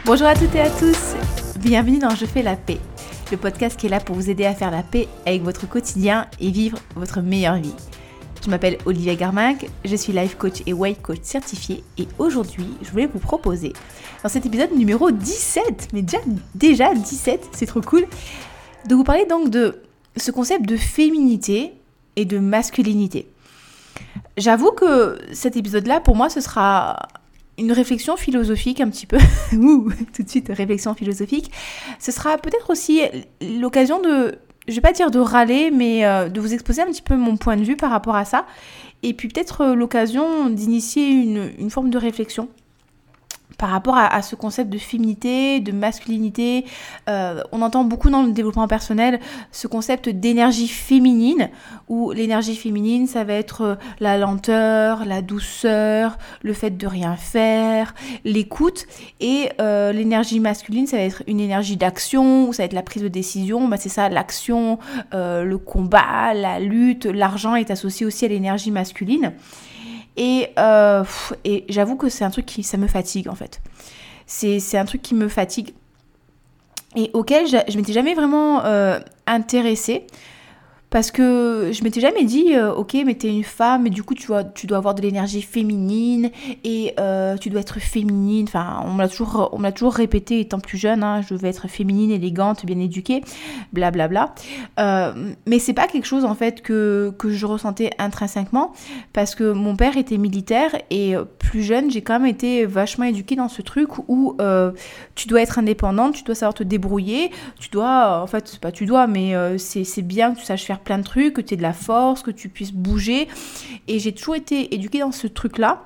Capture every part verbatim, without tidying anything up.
Bonjour à toutes et à tous, bienvenue dans Je fais la paix, le podcast qui est là pour vous aider à faire la paix avec votre quotidien et vivre votre meilleure vie. Je m'appelle Olivia Garminck, je suis life coach et weight coach certifiée et aujourd'hui je voulais vous proposer dans cet épisode numéro dix-sept, mais déjà, déjà dix-sept, c'est trop cool, de vous parler donc de ce concept de féminité et de masculinité. J'avoue que cet épisode-là pour moi ce sera une réflexion philosophique un petit peu, ouh, tout de suite réflexion philosophique, ce sera peut-être aussi l'occasion de, je vais pas dire de râler, mais euh, de vous exposer un petit peu mon point de vue par rapport à ça, et puis peut-être euh, l'occasion d'initier une, une forme de réflexion par rapport à, à ce concept de féminité, de masculinité. Euh, on entend beaucoup dans le développement personnel ce concept d'énergie féminine, où l'énergie féminine, ça va être la lenteur, la douceur, le fait de rien faire, l'écoute. Et euh, l'énergie masculine, ça va être une énergie d'action, ou ça va être la prise de décision. Bah, c'est ça, l'action, euh, le combat, la lutte. L'argent est associé aussi à l'énergie masculine. Et, euh, et j'avoue que c'est un truc qui ça me fatigue en fait. C'est, c'est un truc qui me fatigue et auquel je, je m'étais jamais vraiment euh, intéressée. Parce que je m'étais jamais dit, euh, ok, mais t'es une femme, et du coup, tu dois, tu dois avoir de l'énergie féminine, et euh, tu dois être féminine. Enfin, on me l'a toujours, on me l'a toujours répété étant plus jeune, hein, je devais être féminine, élégante, bien éduquée, blablabla. Euh, mais c'est pas quelque chose, en fait, que, que je ressentais intrinsèquement, parce que mon père était militaire, et plus jeune, j'ai quand même été vachement éduquée dans ce truc où euh, tu dois être indépendante, tu dois savoir te débrouiller, tu dois, en fait, c'est pas tu dois, mais euh, c'est, c'est bien que tu saches faire plein de trucs, que tu aies de la force, que tu puisses bouger. Et j'ai toujours été éduquée dans ce truc-là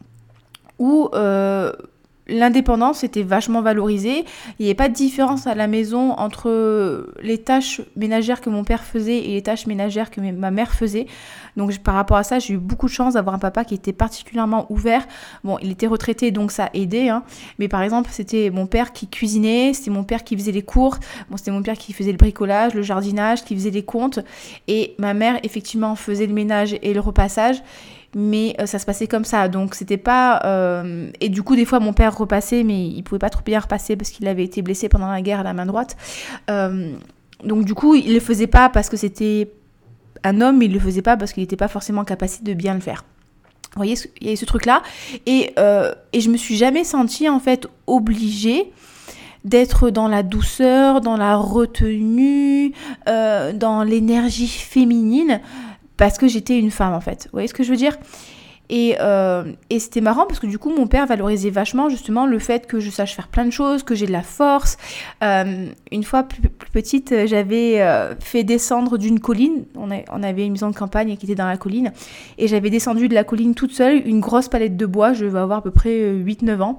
où euh, l'indépendance était vachement valorisée. Il n'y avait pas de différence à la maison entre les tâches ménagères que mon père faisait et les tâches ménagères que ma mère faisait. Donc par rapport à ça, j'ai eu beaucoup de chance d'avoir un papa qui était particulièrement ouvert. Bon, il était retraité, donc ça aidait, hein. Mais par exemple, c'était mon père qui cuisinait, c'était mon père qui faisait les cours, bon, c'était mon père qui faisait le bricolage, le jardinage, qui faisait les comptes. Et ma mère, effectivement, faisait le ménage et le repassage. Mais euh, ça se passait comme ça, donc c'était pas... Euh... Et du coup, des fois, mon père repassait, mais il pouvait pas trop bien repasser parce qu'il avait été blessé pendant la guerre à la main droite. Euh... Donc du coup, il le faisait pas parce que c'était un homme, mais il le faisait pas parce qu'il était pas forcément en capacité de bien le faire. Vous voyez, il y a ce truc-là. Et, euh... et je me suis jamais sentie, en fait, obligée d'être dans la douceur, dans la retenue, euh, dans l'énergie féminine, parce que j'étais une femme en fait, vous voyez ce que je veux dire ? Et, euh, et c'était marrant parce que du coup mon père valorisait vachement justement le fait que je sache faire plein de choses, que j'ai de la force. Euh, une fois plus, plus petite, j'avais euh, fait descendre d'une colline, on, a, on avait une maison de campagne qui était dans la colline, et j'avais descendu de la colline toute seule, une grosse palette de bois, je devais avoir à peu près huit neuf ans.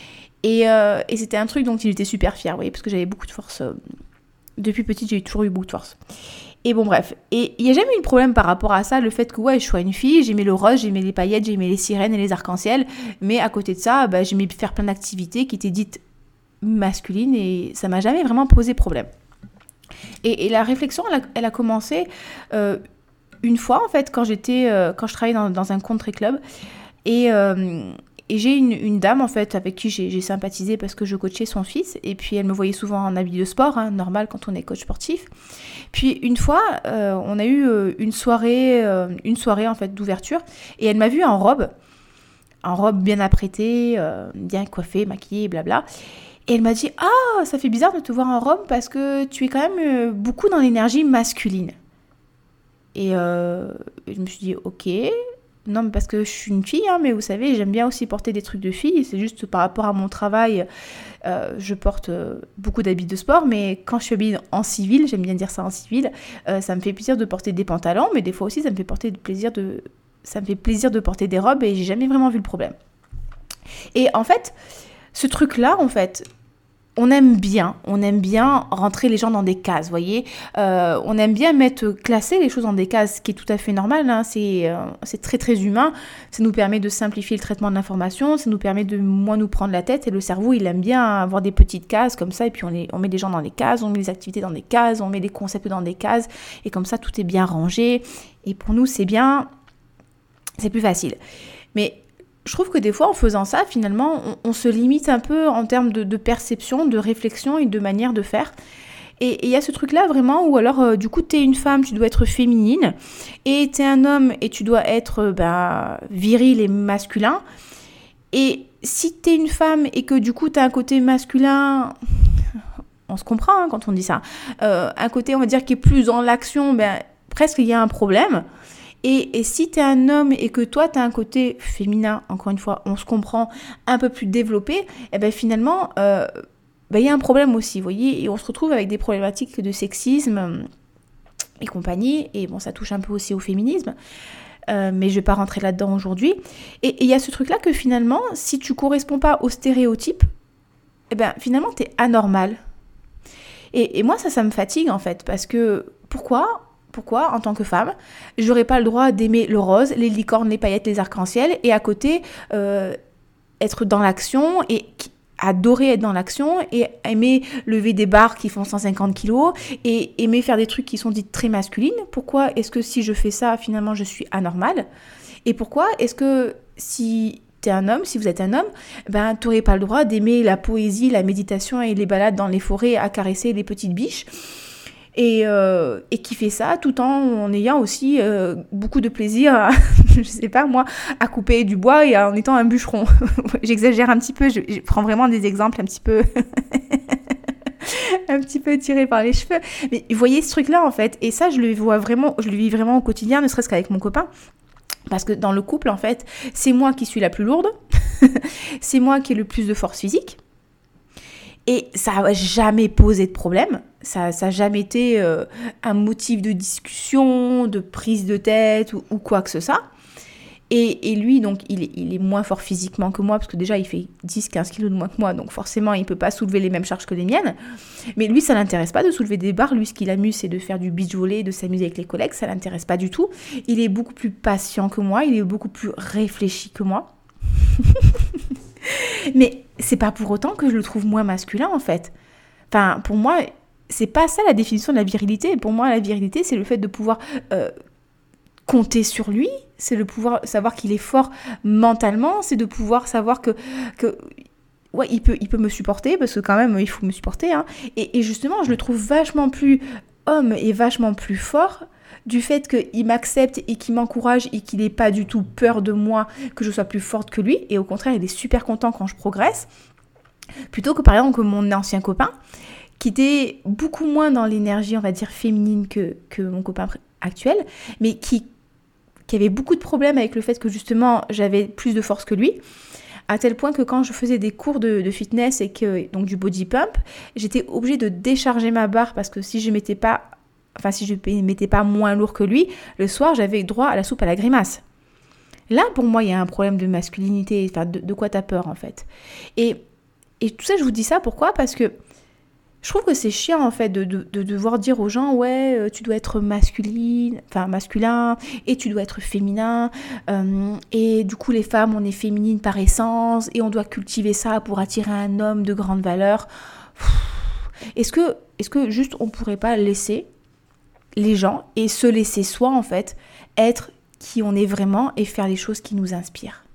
Et, euh, et c'était un truc dont il était super fier, vous voyez, parce que j'avais beaucoup de force. Euh, depuis petite, j'ai toujours eu beaucoup de force. Et bon, bref. Et il n'y a jamais eu de problème par rapport à ça, le fait que, ouais, je sois une fille, j'aimais le rose, j'aimais les paillettes, j'aimais les sirènes et les arcs-en-ciel, mais à côté de ça, bah, j'aimais faire plein d'activités qui étaient dites masculines et ça m'a jamais vraiment posé problème. Et, et la réflexion, elle a, elle a commencé euh, une fois, en fait, quand j'étais, euh, quand je travaillais dans, dans un country club. Et... Euh, Et j'ai une, une dame, en fait, avec qui j'ai, j'ai sympathisé parce que je coachais son fils. Et puis, elle me voyait souvent en habit de sport, hein, normal quand on est coach sportif. Puis, une fois, euh, on a eu euh, une soirée, euh, une soirée, en fait, d'ouverture. Et elle m'a vue en robe, en robe bien apprêtée, euh, bien coiffée, maquillée, blabla. Et elle m'a dit « Ah, ça fait bizarre de te voir en robe parce que tu es quand même euh, beaucoup dans l'énergie masculine. » Et euh, je me suis dit « Ok. » Non, mais parce que je suis une fille, hein, mais vous savez, j'aime bien aussi porter des trucs de fille. C'est juste par rapport à mon travail, euh, je porte euh, beaucoup d'habits de sport, mais quand je suis habillée en civil, j'aime bien dire ça en civil, euh, ça me fait plaisir de porter des pantalons, mais des fois aussi, ça me fait porter de plaisir de, ça me fait plaisir de porter des robes et j'ai jamais vraiment vu le problème. Et en fait, ce truc-là, en fait, on aime bien, on aime bien rentrer les gens dans des cases, vous voyez. Euh, on aime bien mettre, classer les choses dans des cases, ce qui est tout à fait normal, hein. c'est, euh, c'est très très humain. Ça nous permet de simplifier le traitement de l'information, ça nous permet de moins nous prendre la tête, et le cerveau, il aime bien avoir des petites cases comme ça, et puis on, les, on met les gens dans des cases, on met les activités dans des cases, on met les concepts dans des cases, et comme ça, tout est bien rangé. Et pour nous, c'est bien, c'est plus facile. Mais je trouve que des fois, en faisant ça, finalement, on, on se limite un peu en termes de, de perception, de réflexion et de manière de faire. Et il y a ce truc-là vraiment où alors, euh, du coup, t'es une femme, tu dois être féminine, et t'es un homme et tu dois être euh, bah, viril et masculin. Et si t'es une femme et que du coup, t'as un côté masculin, on se comprend hein, quand on dit ça, euh, un côté, on va dire, qui est plus dans l'action, ben, presque il y a un problème. Et, et si t'es un homme et que toi, t'as un côté féminin, encore une fois, on se comprend, un peu plus développé, et ben finalement... Euh, Ben, y a un problème aussi, vous voyez, et on se retrouve avec des problématiques de sexisme et compagnie, et bon, ça touche un peu aussi au féminisme, euh, mais je vais pas rentrer là-dedans aujourd'hui. Et il y a ce truc-là que finalement, si tu corresponds pas aux stéréotypes, eh ben, finalement, t'es anormal. Et, et moi, ça, ça me fatigue, en fait, parce que, pourquoi Pourquoi, en tant que femme, j'aurais pas le droit d'aimer le rose, les licornes, les paillettes, les arcs-en-ciel, et à côté, euh, être dans l'action et... adorer être dans l'action et aimer lever des barres qui font cent cinquante kilos et aimer faire des trucs qui sont dites très masculines. Pourquoi est-ce que si je fais ça, finalement, je suis anormale? Et pourquoi est-ce que si t'es un homme, si vous êtes un homme, ben t'aurais pas le droit d'aimer la poésie, la méditation et les balades dans les forêts à caresser les petites biches? Et, euh, et qui fait ça tout en, en ayant aussi euh, beaucoup de plaisir, à, je sais pas moi, à couper du bois et en étant un bûcheron. J'exagère un petit peu, je, je prends vraiment des exemples un petit peu... un petit peu tirés par les cheveux. Mais vous voyez ce truc-là en fait, et ça je le vois vraiment, je le vis vraiment au quotidien, ne serait-ce qu'avec mon copain. Parce que dans le couple en fait, c'est moi qui suis la plus lourde, c'est moi qui ai le plus de force physique. Et ça n'a jamais posé de problème, ça n'a jamais été euh, un motif de discussion, de prise de tête ou, ou quoi que ce soit. Et, et lui, donc, il est, il est moins fort physiquement que moi, parce que déjà, il fait dix à quinze kilos de moins que moi, donc forcément, il ne peut pas soulever les mêmes charges que les miennes. Mais lui, ça ne l'intéresse pas de soulever des barres. Lui, ce qui l'amuse, c'est de faire du beach volley, de s'amuser avec les collègues, ça ne l'intéresse pas du tout. Il est beaucoup plus patient que moi, il est beaucoup plus réfléchi que moi. Mais c'est pas pour autant que je le trouve moins masculin en fait. Enfin, pour moi, c'est pas ça la définition de la virilité. Pour moi, la virilité, c'est le fait de pouvoir euh, compter sur lui, c'est de pouvoir savoir qu'il est fort mentalement, c'est de pouvoir savoir que, que ouais, il peut, il peut me supporter, parce que quand même, il faut me supporter. Hein. Et, et justement, je le trouve vachement plus homme et vachement plus fort du fait qu'il m'accepte et qu'il m'encourage et qu'il n'ait pas du tout peur de moi, que je sois plus forte que lui. Et au contraire, il est super content quand je progresse. Plutôt que par exemple que mon ancien copain, qui était beaucoup moins dans l'énergie, on va dire, féminine que, que mon copain actuel, mais qui, qui avait beaucoup de problèmes avec le fait que justement, j'avais plus de force que lui. À tel point que quand je faisais des cours de, de fitness et que, donc du body pump, j'étais obligée de décharger ma barre parce que si je mettais pas Enfin, si je ne mettais pas moins lourd que lui, le soir, j'avais droit à la soupe à la grimace. Là, pour moi, il y a un problème de masculinité. Enfin, de, de quoi t'as peur, en fait. Et, et tout ça, je vous dis ça, pourquoi ? Parce que je trouve que c'est chiant, en fait, de, de, de devoir dire aux gens, ouais, tu dois être masculine, enfin, masculin, et tu dois être féminin. Euh, et du coup, les femmes, on est féminines par essence, et on doit cultiver ça pour attirer un homme de grande valeur. Est-ce que, est-ce que juste, on ne pourrait pas laisser les gens et se laisser soi en fait être qui on est vraiment et faire les choses qui nous inspirent.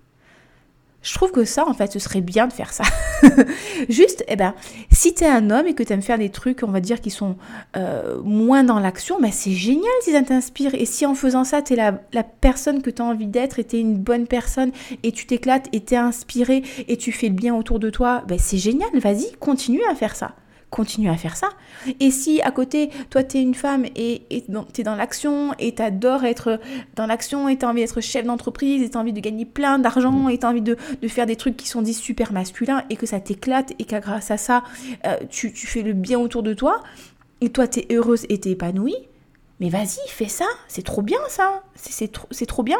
Je trouve que ça en fait ce serait bien de faire ça. Juste eh ben si t'es un homme et que t'aimes faire des trucs on va dire qui sont euh, moins dans l'action, ben c'est génial si ça t'inspire et si en faisant ça t'es la, la personne que t'as envie d'être et t'es une bonne personne et tu t'éclates et t'es inspiré et tu fais le bien autour de toi, ben c'est génial, vas-y continue à faire ça. Continue à faire ça. Et si à côté, toi t'es une femme et, et t'es dans l'action et t'adores être dans l'action et t'as envie d'être chef d'entreprise et t'as envie de gagner plein d'argent et t'as envie de, de faire des trucs qui sont dits super masculins et que ça t'éclate et qu'à grâce à ça, euh, tu, tu fais le bien autour de toi et toi t'es heureuse et t'es épanouie, mais vas-y, fais ça. C'est trop bien ça. C'est, c'est, trop, c'est trop bien.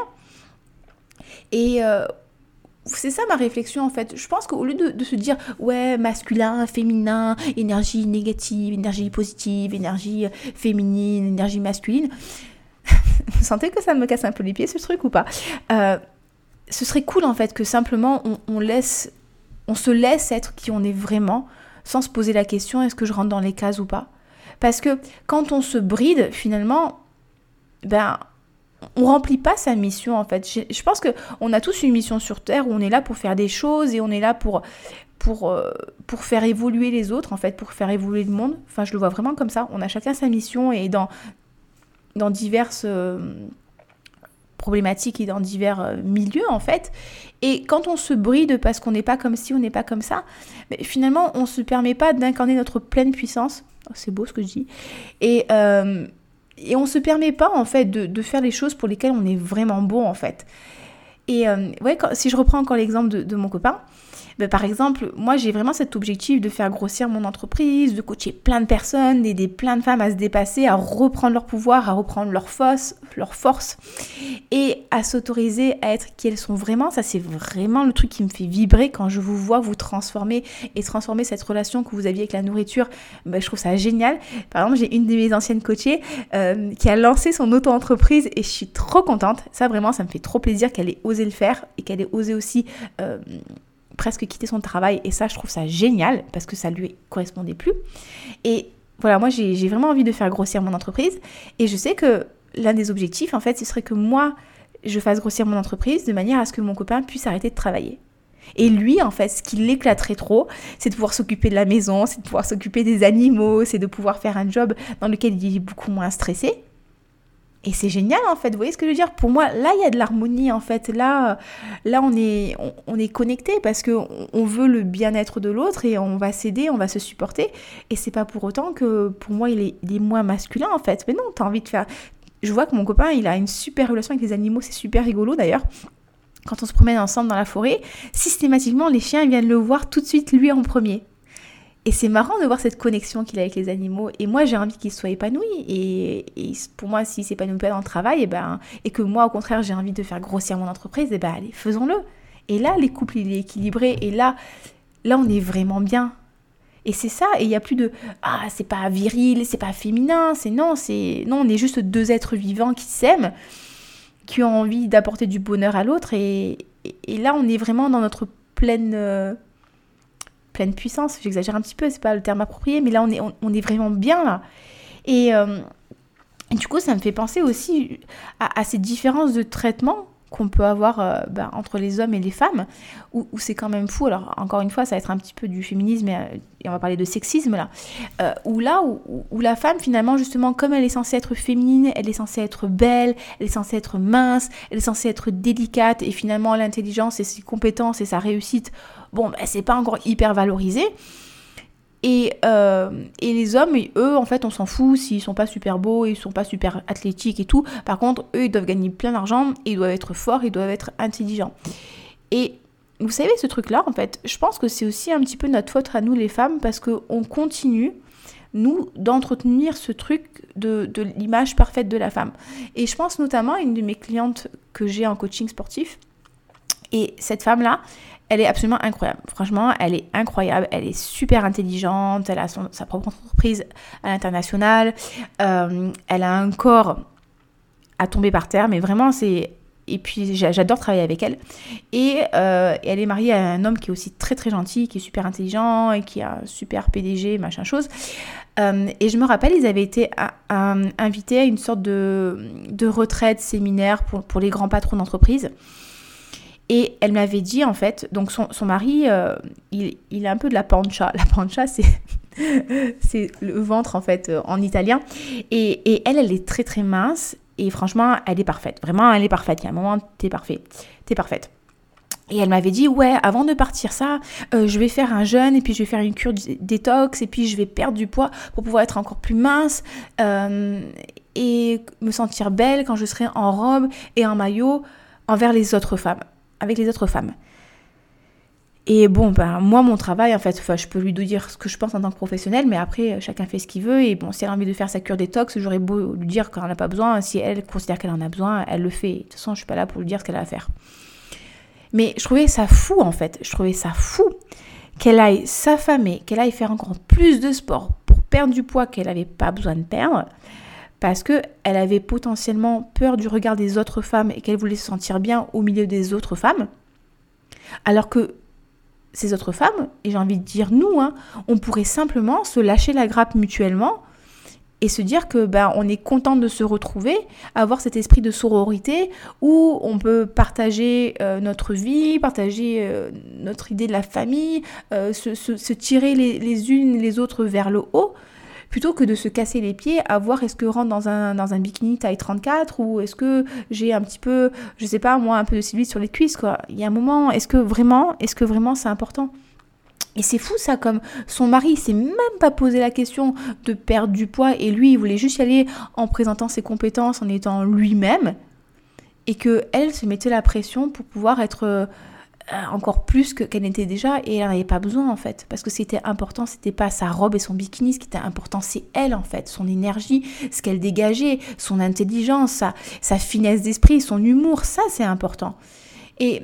Et... Euh, c'est ça ma réflexion en fait. Je pense qu'au lieu de, de se dire ouais masculin, féminin, énergie négative, énergie positive, énergie féminine, énergie masculine, vous sentez que ça me casse un peu les pieds ce truc ou pas ? euh, Ce serait cool en fait que simplement on, on laisse, on se laisse être qui on est vraiment, sans se poser la question est-ce que je rentre dans les cases ou pas ? Parce que quand on se bride finalement, ben on remplit pas sa mission en fait. Je, je pense qu'on a tous une mission sur Terre où on est là pour faire des choses et on est là pour, pour, euh, pour faire évoluer les autres en fait, pour faire évoluer le monde. Enfin, je le vois vraiment comme ça. On a chacun sa mission et dans, dans diverses euh, problématiques et dans divers euh, milieux en fait. Et quand on se bride parce qu'on n'est pas comme ci, on n'est pas comme ça, mais finalement on se permet pas d'incarner notre pleine puissance. Oh, c'est beau ce que je dis. Et euh, Et on ne se permet pas, en fait, de, de faire les choses pour lesquelles on est vraiment bon, en fait. Et euh, ouais, quand, si je reprends encore l'exemple de, de mon copain, ben, par exemple, moi, j'ai vraiment cet objectif de faire grossir mon entreprise, de coacher plein de personnes, d'aider plein de femmes à se dépasser, à reprendre leur pouvoir, à reprendre leur force, leur force et à s'autoriser à être qui elles sont vraiment. Ça, c'est vraiment le truc qui me fait vibrer quand je vous vois vous transformer et transformer cette relation que vous aviez avec la nourriture. Ben, je trouve ça génial. Par exemple, j'ai une de mes anciennes coachées euh, qui a lancé son auto-entreprise et je suis trop contente. Ça, vraiment, ça me fait trop plaisir qu'elle ait osé le faire et qu'elle ait osé aussi... Euh, presque quitter son travail et ça je trouve ça génial parce que ça lui correspondait plus et voilà moi j'ai, j'ai vraiment envie de faire grossir mon entreprise et je sais que l'un des objectifs en fait ce serait que moi je fasse grossir mon entreprise de manière à ce que mon copain puisse arrêter de travailler et lui en fait ce qui l'éclaterait trop c'est de pouvoir s'occuper de la maison, c'est de pouvoir s'occuper des animaux, c'est de pouvoir faire un job dans lequel il est beaucoup moins stressé. Et c'est génial en fait, vous voyez ce que je veux dire ? Pour moi, là il y a de l'harmonie en fait, là, là on est, on, on est connecté parce qu'on on veut le bien-être de l'autre et on va s'aider, on va se supporter. Et c'est pas pour autant que pour moi il est, il est moins masculin en fait. Mais non, t'as envie de faire... Je vois que mon copain il a une super relation avec les animaux, c'est super rigolo d'ailleurs. Quand on se promène ensemble dans la forêt, systématiquement les chiens viennent le voir tout de suite lui en premier. Et c'est marrant de voir cette connexion qu'il a avec les animaux. Et moi, j'ai envie qu'il soit épanoui. Et, et pour moi, s'il ne s'épanouit pas dans le travail, et, ben, et que moi, au contraire, j'ai envie de faire grossir mon entreprise, et ben, allez, faisons-le. Et là, les couples, il est équilibré. Et là, là, on est vraiment bien. Et c'est ça. Et il n'y a plus de « Ah, c'est pas viril, c'est pas féminin. » C'est non, c'est non, on est juste deux êtres vivants qui s'aiment, qui ont envie d'apporter du bonheur à l'autre. Et, et, et là, on est vraiment dans notre pleine... Euh, pleine puissance, j'exagère un petit peu, c'est pas le terme approprié, mais là on est, on, on est vraiment bien là. Et, euh, et du coup ça me fait penser aussi à, à ces différences de traitement qu'on peut avoir euh, bah, entre les hommes et les femmes, où, où c'est quand même fou. Alors encore une fois, ça va être un petit peu du féminisme et, et on va parler de sexisme là, euh, où là où, où la femme finalement justement comme elle est censée être féminine, elle est censée être belle, elle est censée être mince, elle est censée être délicate et finalement l'intelligence et ses compétences et sa réussite, bon bah, c'est pas encore hyper valorisé. Et, euh, et les hommes, eux, en fait, on s'en fout s'ils sont pas super beaux, ils sont pas super athlétiques et tout. Par contre, eux, ils doivent gagner plein d'argent, et ils doivent être forts, ils doivent être intelligents. Et vous savez, ce truc-là, en fait, je pense que c'est aussi un petit peu notre faute à nous, les femmes, parce qu'on continue, nous, d'entretenir ce truc de, de l'image parfaite de la femme. Et je pense notamment à une de mes clientes que j'ai en coaching sportif. Et cette femme-là, elle est absolument incroyable. Franchement, elle est incroyable. Elle est super intelligente. Elle a son, sa propre entreprise à l'international. Euh, elle a un corps à tomber par terre. Mais vraiment, c'est... Et puis, j'adore travailler avec elle. Et, euh, et elle est mariée à un homme qui est aussi très, très gentil, qui est super intelligent et qui a un super P D G, machin chose. Euh, et je me rappelle, ils avaient été à, à, invités à une sorte de, de retraite, séminaire pour, pour les grands patrons d'entreprise. Et elle m'avait dit, en fait, donc son, son mari, euh, il, il a un peu de la pancia. La pancia, c'est, c'est le ventre, en fait, euh, en italien. Et, et elle, elle est très, très mince. Et franchement, elle est parfaite. Vraiment, elle est parfaite. Il y a un moment, t'es parfait. T'es parfaite. Et elle m'avait dit, ouais, avant de partir ça, euh, je vais faire un jeûne et puis je vais faire une cure détox et puis je vais perdre du poids pour pouvoir être encore plus mince euh, et me sentir belle quand je serai en robe et en maillot envers les autres femmes. Avec les autres femmes. Et bon, ben, moi, mon travail, en fait, enfin, je peux lui dire ce que je pense en tant que professionnelle, mais après, chacun fait ce qu'il veut. Et bon, si elle a envie de faire sa cure détox, j'aurais beau lui dire qu'elle n'en a pas besoin. Si elle considère qu'elle en a besoin, elle le fait. De toute façon, je suis pas là pour lui dire ce qu'elle a à faire. Mais je trouvais ça fou, en fait. Je trouvais ça fou qu'elle aille s'affamer, qu'elle aille faire encore plus de sport pour perdre du poids qu'elle n'avait pas besoin de perdre. Parce qu'elle avait potentiellement peur du regard des autres femmes et qu'elle voulait se sentir bien au milieu des autres femmes. Alors que ces autres femmes, et j'ai envie de dire nous, hein, on pourrait simplement se lâcher la grappe mutuellement et se dire que ben, on est content de se retrouver, avoir cet esprit de sororité où on peut partager euh, notre vie, partager euh, notre idée de la famille, euh, se, se, se tirer les, les unes les autres vers le haut, plutôt que de se casser les pieds à voir est-ce que je rentre dans un, dans un bikini taille trente-quatre ou est-ce que j'ai un petit peu, je sais pas moi, un peu de cellulite sur les cuisses, quoi. Il y a un moment, est-ce que vraiment, est-ce que vraiment c'est important ? Et c'est fou ça, comme son mari, il s'est même pas posé la question de perdre du poids et lui, il voulait juste y aller en présentant ses compétences, en étant lui-même, et que elle se mettait la pression pour pouvoir être euh, encore plus que, qu'elle n'était déjà, et elle n'en avait pas besoin en fait, parce que ce qui était important, c'était pas sa robe et son bikini, ce qui était important, c'est elle en fait, son énergie, ce qu'elle dégageait, son intelligence, sa, sa finesse d'esprit, son humour, ça c'est important. Et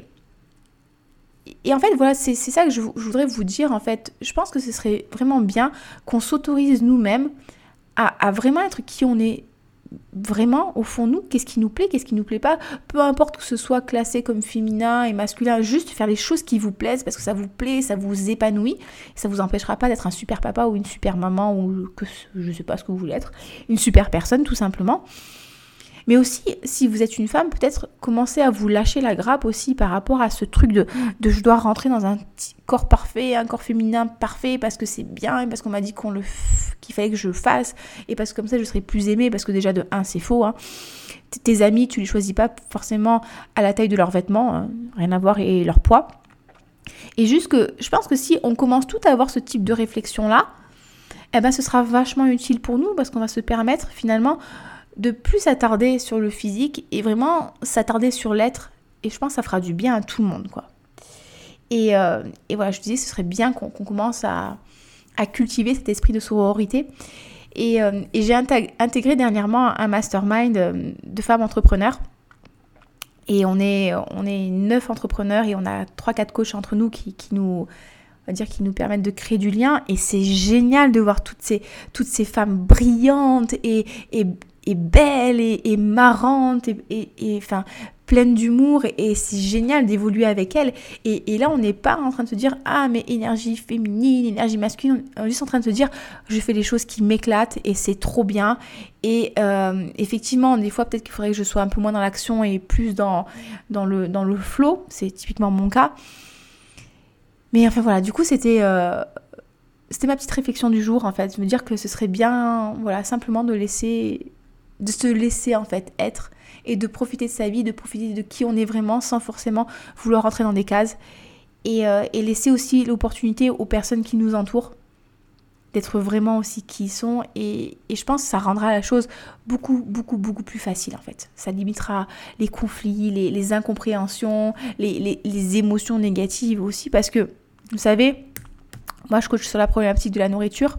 Et en fait, voilà, c'est, c'est ça que je, je voudrais vous dire, en fait. Je pense que ce serait vraiment bien qu'on s'autorise nous-mêmes à, à vraiment être qui on est vraiment au fond de nous. Qu'est-ce qui nous plaît, qu'est-ce qui nous plaît pas. Peu importe que ce soit classé comme féminin et masculin, juste faire les choses qui vous plaisent parce que ça vous plaît, ça vous épanouit. Ça vous empêchera pas d'être un super papa ou une super maman ou que je sais pas ce que vous voulez être. Une super personne, tout simplement. Mais aussi, si vous êtes une femme, peut-être commencer à vous lâcher la grappe aussi par rapport à ce truc de, de je dois rentrer dans un corps parfait, un corps féminin parfait parce que c'est bien et parce qu'on m'a dit qu'on le f... qu'il fallait que je le fasse et parce que comme ça je serai plus aimée parce que déjà de un c'est faux. Hein. Tes amis, tu les choisis pas forcément à la taille de leurs vêtements, hein, rien à voir, et leur poids. Et juste que je pense que si on commence tout à avoir ce type de réflexion-là, eh ben ce sera vachement utile pour nous parce qu'on va se permettre finalement de plus s'attarder sur le physique et vraiment s'attarder sur l'être. Et je pense que ça fera du bien à tout le monde, quoi. Et, euh, et voilà, je disais, ce serait bien qu'on, qu'on commence à, à cultiver cet esprit de sororité. Et, euh, et j'ai intégré dernièrement un mastermind de femmes entrepreneurs. Et on est, on est neuf entrepreneurs et on a trois quatre coachs entre nous qui, qui nous... on va dire qui nous permettent de créer du lien. Et c'est génial de voir toutes ces, toutes ces femmes brillantes et... et et belle et, et marrante et, et, et enfin pleine d'humour et, et c'est génial d'évoluer avec elle et, et là on n'est pas en train de se dire ah mais énergie féminine, énergie masculine, on est juste en train de se dire je fais les choses qui m'éclatent et c'est trop bien et euh, effectivement des fois peut-être qu'il faudrait que je sois un peu moins dans l'action et plus dans, dans, le, dans le flow, c'est typiquement mon cas, mais enfin voilà, du coup c'était... Euh, c'était ma petite réflexion du jour en fait, me dire que ce serait bien voilà simplement de laisser de se laisser en fait être et de profiter de sa vie, de profiter de qui on est vraiment sans forcément vouloir rentrer dans des cases et, euh, et laisser aussi l'opportunité aux personnes qui nous entourent d'être vraiment aussi qui ils sont et, et je pense que ça rendra la chose beaucoup beaucoup beaucoup plus facile en fait. Ça limitera les conflits, les, les incompréhensions, les, les, les émotions négatives aussi parce que vous savez, moi je coach sur la problématique de la nourriture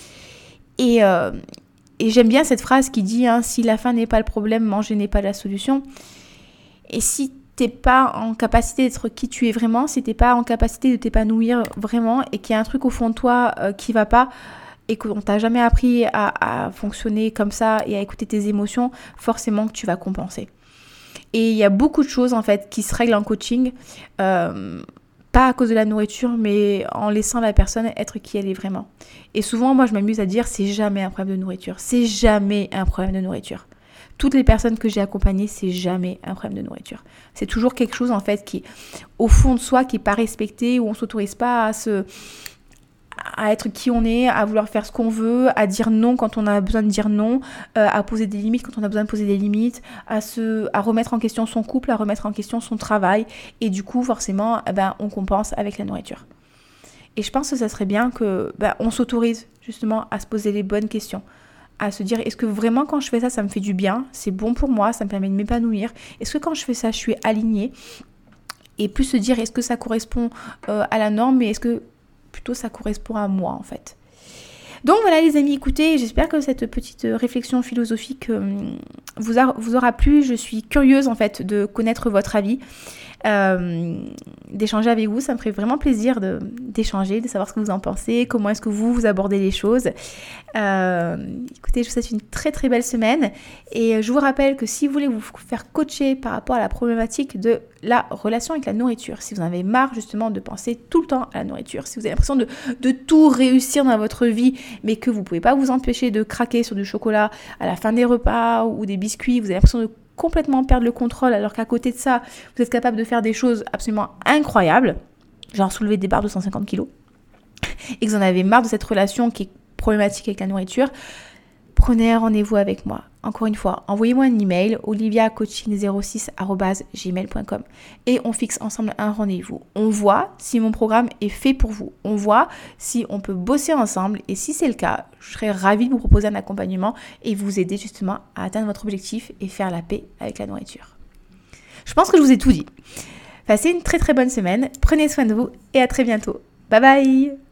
et euh, Et j'aime bien cette phrase qui dit hein, « Si la faim n'est pas le problème, manger n'est pas la solution ». Et si t'es pas en capacité d'être qui tu es vraiment, si t'es pas en capacité de t'épanouir vraiment et qu'il y a un truc au fond de toi euh, qui va pas et qu'on t'a jamais appris à, à fonctionner comme ça et à écouter tes émotions, forcément que tu vas compenser. Et il y a beaucoup de choses en fait qui se règlent en coaching, euh, pas à cause de la nourriture, mais en laissant la personne être qui elle est vraiment. Et souvent, moi, je m'amuse à dire, c'est jamais un problème de nourriture. C'est jamais un problème de nourriture. Toutes les personnes que j'ai accompagnées, c'est jamais un problème de nourriture. C'est toujours quelque chose, en fait, qui, au fond de soi, qui n'est pas respecté, où on ne s'autorise pas à se... à être qui on est, à vouloir faire ce qu'on veut, à dire non quand on a besoin de dire non, euh, à poser des limites quand on a besoin de poser des limites, à, se, à remettre en question son couple, à remettre en question son travail. Et du coup, forcément, eh ben, on compense avec la nourriture. Et je pense que ça serait bien que ben, on s'autorise justement à se poser les bonnes questions, à se dire est-ce que vraiment quand je fais ça, ça me fait du bien, c'est bon pour moi, ça me permet de m'épanouir, est-ce que quand je fais ça, je suis alignée, et plus se dire est-ce que ça correspond euh, à la norme, mais est-ce que plutôt ça correspond à moi en fait. Donc voilà les amis, écoutez, j'espère que cette petite réflexion philosophique euh, vous, a, vous aura plu. Je suis curieuse en fait de connaître votre avis, euh, d'échanger avec vous. Ça me ferait vraiment plaisir de, d'échanger, de savoir ce que vous en pensez, comment est-ce que vous, vous abordez les choses. Euh, écoutez, je vous souhaite une très très belle semaine et je vous rappelle que si vous voulez vous faire coacher par rapport à la problématique de la relation avec la nourriture. Si vous en avez marre justement de penser tout le temps à la nourriture, si vous avez l'impression de, de tout réussir dans votre vie, mais que vous ne pouvez pas vous empêcher de craquer sur du chocolat à la fin des repas ou des biscuits, vous avez l'impression de complètement perdre le contrôle alors qu'à côté de ça, vous êtes capable de faire des choses absolument incroyables, genre soulever des barres de cent cinquante kilos, et que vous en avez marre de cette relation qui est problématique avec la nourriture, prenez un rendez-vous avec moi. Encore une fois, envoyez-moi un email olivia coaching zéro six arobase gmail point com et on fixe ensemble un rendez-vous. On voit si mon programme est fait pour vous. On voit si on peut bosser ensemble et si c'est le cas, je serais ravie de vous proposer un accompagnement et vous aider justement à atteindre votre objectif et faire la paix avec la nourriture. Je pense que je vous ai tout dit. Passez une très très bonne semaine, prenez soin de vous et à très bientôt. Bye bye!